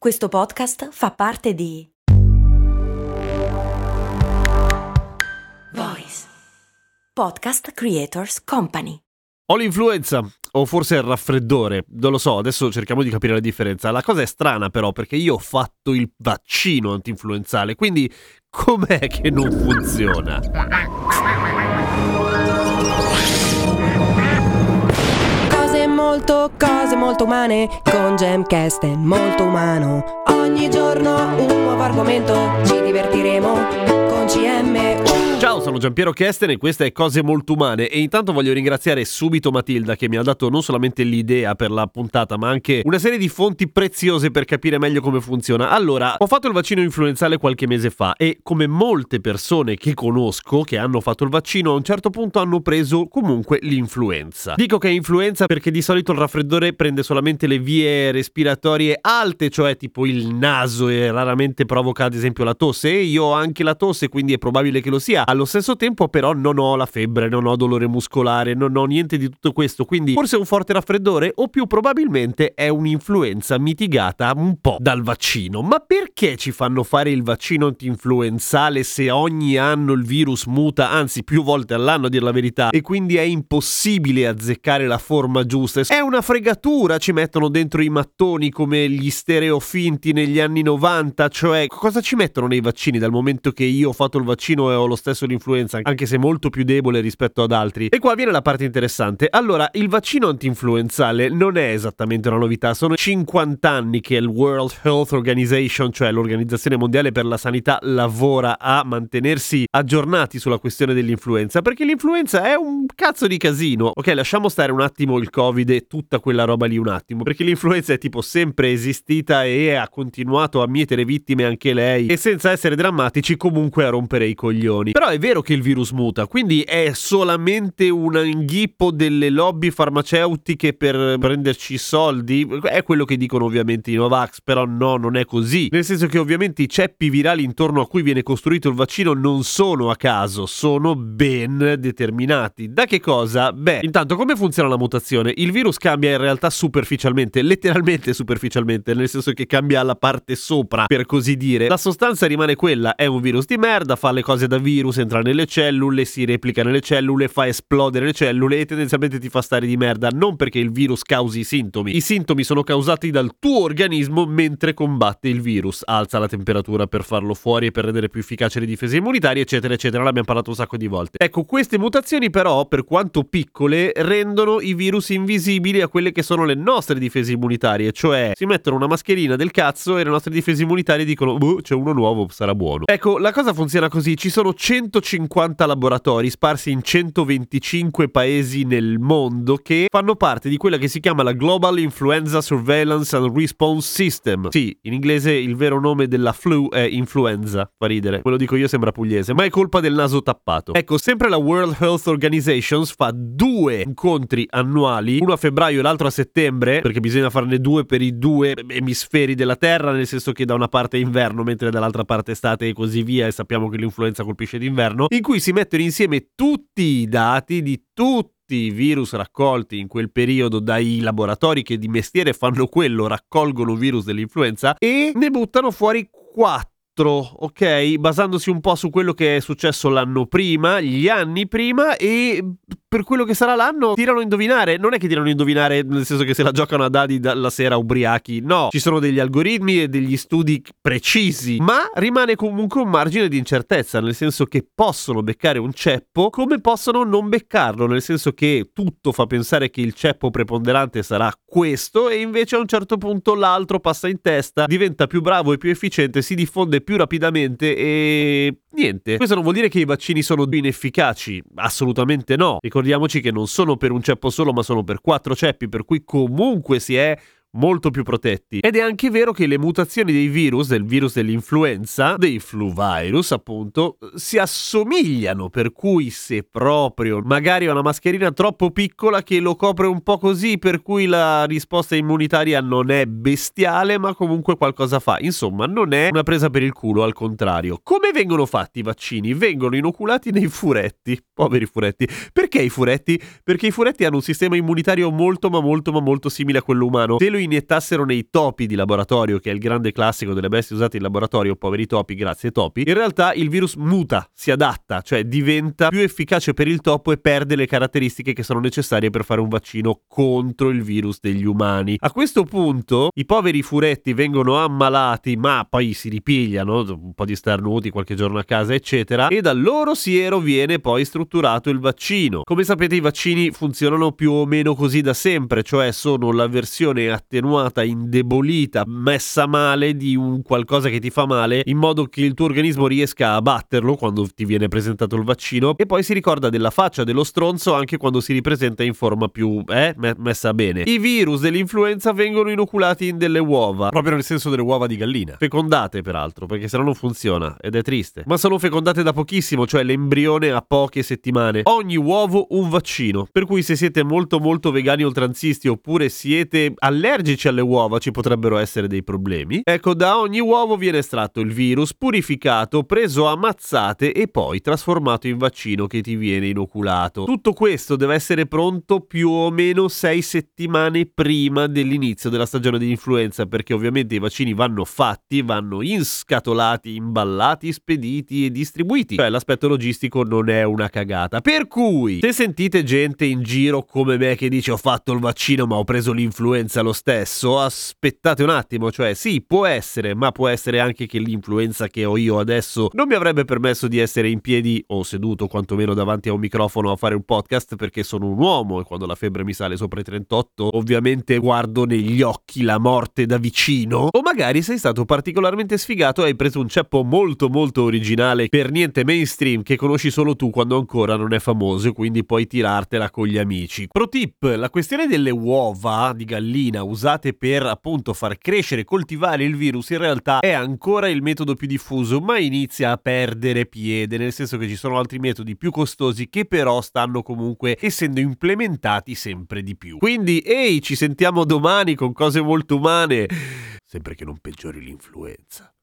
Questo podcast fa parte di Voice Podcast Creators Company. Ho l'influenza, o forse il raffreddore, non lo so, adesso cerchiamo di capire la differenza. La cosa è strana però, perché io ho fatto il vaccino antinfluenzale, quindi com'è che non funziona? Cose molto umane, con Gemcast è molto umano. Ogni giorno un nuovo argomento, ci divertiremo con CM. Ciao, sono Giampiero Kesten e questa è Cose Molto Umane e intanto voglio ringraziare subito Matilda che mi ha dato non solamente l'idea per la puntata ma anche una serie di fonti preziose per capire meglio come funziona. Allora, ho fatto il vaccino influenzale qualche mese fa e come molte persone che conosco che hanno fatto il vaccino a un certo punto hanno preso comunque l'influenza. Dico che è influenza perché di solito il raffreddore prende solamente le vie respiratorie alte, cioè tipo il naso, e raramente provoca ad esempio la tosse, e io ho anche la tosse quindi è probabile che lo sia. Allo stesso tempo però non ho la febbre, non ho dolore muscolare, non ho niente di tutto questo, quindi forse è un forte raffreddore o più probabilmente è un'influenza mitigata un po' dal vaccino. Ma perché ci fanno fare il vaccino antinfluenzale se ogni anno il virus muta, anzi più volte all'anno a dir la verità, e quindi è impossibile azzeccare la forma giusta? È una fregatura, ci mettono dentro i mattoni come gli stereofinti negli anni 90, cioè cosa ci mettono nei vaccini dal momento che io ho fatto il vaccino e ho lo stesso l'influenza, anche se molto più debole rispetto ad altri. E qua viene la parte interessante. Allora, il vaccino antinfluenzale non è esattamente una novità, sono 50 anni che il World Health Organization, cioè l'Organizzazione Mondiale per la Sanità, lavora a mantenersi aggiornati sulla questione dell'influenza, perché l'influenza è un cazzo di casino. Ok, lasciamo stare un attimo il Covid e tutta quella roba lì un attimo, perché l'influenza è tipo sempre esistita e ha continuato a mietere vittime anche lei, e senza essere drammatici comunque a rompere i coglioni. Però è vero che il virus muta, quindi è solamente un inghippo delle lobby farmaceutiche per prenderci i soldi? È quello che dicono ovviamente i Novax, però no, non è così. Nel senso che ovviamente i ceppi virali intorno a cui viene costruito il vaccino non sono a caso, sono ben determinati. Da che cosa? Beh, intanto come funziona la mutazione? Il virus cambia in realtà superficialmente, letteralmente superficialmente, nel senso che cambia la parte sopra, per così dire. La sostanza rimane quella, è un virus di merda, fa le cose da virus, entra nelle cellule, si replica nelle cellule, fa esplodere le cellule e tendenzialmente ti fa stare di merda, non perché il virus causi i sintomi. I sintomi sono causati dal tuo organismo mentre combatte il virus, alza la temperatura per farlo fuori e per rendere più efficace le difese immunitarie, eccetera eccetera, l'abbiamo parlato un sacco di volte. Ecco, queste mutazioni però, per quanto piccole, rendono i virus invisibili a quelle che sono le nostre difese immunitarie, cioè si mettono una mascherina del cazzo e le nostre difese immunitarie dicono c'è uno nuovo, sarà buono. Ecco, la cosa funziona così, ci sono 150 laboratori sparsi in 125 paesi nel mondo che fanno parte di quella che si chiama la Global Influenza Surveillance and Response System. Sì, in inglese il vero nome della flu è influenza, fa ridere, me lo dico io, sembra pugliese, ma è colpa del naso tappato. Ecco, sempre la World Health Organization fa 2 incontri annuali, uno a febbraio e l'altro a settembre, perché bisogna farne 2 per i 2 emisferi della Terra, nel senso che da una parte è inverno mentre dall'altra parte è estate e così via, e sappiamo che l'influenza colpisce d'inverno, in cui si mettono insieme tutti i dati di tutti i virus raccolti in quel periodo dai laboratori che di mestiere fanno quello, raccolgono virus dell'influenza e ne buttano fuori 4. Ok, basandosi un po' su quello che è successo l'anno prima, gli anni prima, e per quello che sarà l'anno tirano a indovinare. Non è che tirano a indovinare nel senso che se la giocano a dadi la sera ubriachi, no, ci sono degli algoritmi e degli studi precisi, ma rimane comunque un margine di incertezza, nel senso che possono beccare un ceppo come possono non beccarlo, nel senso che tutto fa pensare che il ceppo preponderante sarà questo e invece a un certo punto l'altro passa in testa, diventa più bravo e più efficiente, si diffonde più rapidamente e niente. Questo non vuol dire che i vaccini sono inefficaci, assolutamente no. Ricordiamoci che non sono per un ceppo solo, ma sono per 4 ceppi, per cui comunque si è molto più protetti. Ed è anche vero che le mutazioni dei virus, del virus dell'influenza, dei flu virus appunto, si assomigliano, per cui se proprio magari ha una mascherina troppo piccola che lo copre un po' così, per cui la risposta immunitaria non è bestiale, ma comunque qualcosa fa. Insomma, non è una presa per il culo, al contrario. Come vengono fatti i vaccini? Vengono inoculati nei furetti. Poveri furetti. Perché i furetti? Perché i furetti hanno un sistema immunitario molto simile a quello umano. Se lo iniettassero nei topi di laboratorio, che è il grande classico delle bestie usate in laboratorio, poveri topi, grazie topi, in realtà il virus muta, si adatta, cioè diventa più efficace per il topo e perde le caratteristiche che sono necessarie per fare un vaccino contro il virus degli umani. A questo punto i poveri furetti vengono ammalati, ma poi si ripigliano, un po' di starnuti, qualche giorno a casa eccetera, e dal loro siero viene poi strutturato il vaccino. Come sapete, i vaccini funzionano più o meno così da sempre, cioè sono la versione attenuata, indebolita, messa male di un qualcosa che ti fa male, in modo che il tuo organismo riesca a batterlo quando ti viene presentato il vaccino, e poi si ricorda della faccia dello stronzo anche quando si ripresenta in forma più messa bene. I virus dell'influenza vengono inoculati in delle uova, proprio nel senso delle uova di gallina, fecondate peraltro, perché se no non funziona ed è triste, ma sono fecondate da pochissimo, cioè l'embrione a poche settimane. Ogni uovo un vaccino, per cui se siete molto vegani oltranzisti oppure siete allergici alle uova ci potrebbero essere dei problemi. Ecco, da ogni uovo viene estratto il virus, purificato, preso a mazzate e poi trasformato in vaccino che ti viene inoculato. Tutto questo deve essere pronto più o meno 6 settimane prima dell'inizio della stagione di influenza, perché ovviamente i vaccini vanno fatti, vanno inscatolati, imballati, spediti e distribuiti. Cioè l'aspetto logistico non è una cagata. Per cui se sentite gente in giro come me che dice ho fatto il vaccino ma ho preso l'influenza lo stesso, aspettate un attimo, cioè sì, può essere, ma può essere anche che l'influenza che ho io adesso non mi avrebbe permesso di essere in piedi o seduto quantomeno davanti a un microfono a fare un podcast, perché sono un uomo e quando la febbre mi sale sopra i 38 ovviamente guardo negli occhi la morte da vicino. O magari sei stato particolarmente sfigato e hai preso un ceppo molto originale, per niente mainstream, che conosci solo tu quando ancora non è famoso e quindi puoi tirartela con gli amici. Pro tip: la questione delle uova di gallina usate per appunto far crescere e coltivare il virus in realtà è ancora il metodo più diffuso, ma inizia a perdere piede, nel senso che ci sono altri metodi più costosi che però stanno comunque essendo implementati sempre di più. Quindi ehi, ci sentiamo domani con cose molto umane, sempre che non peggiori l'influenza.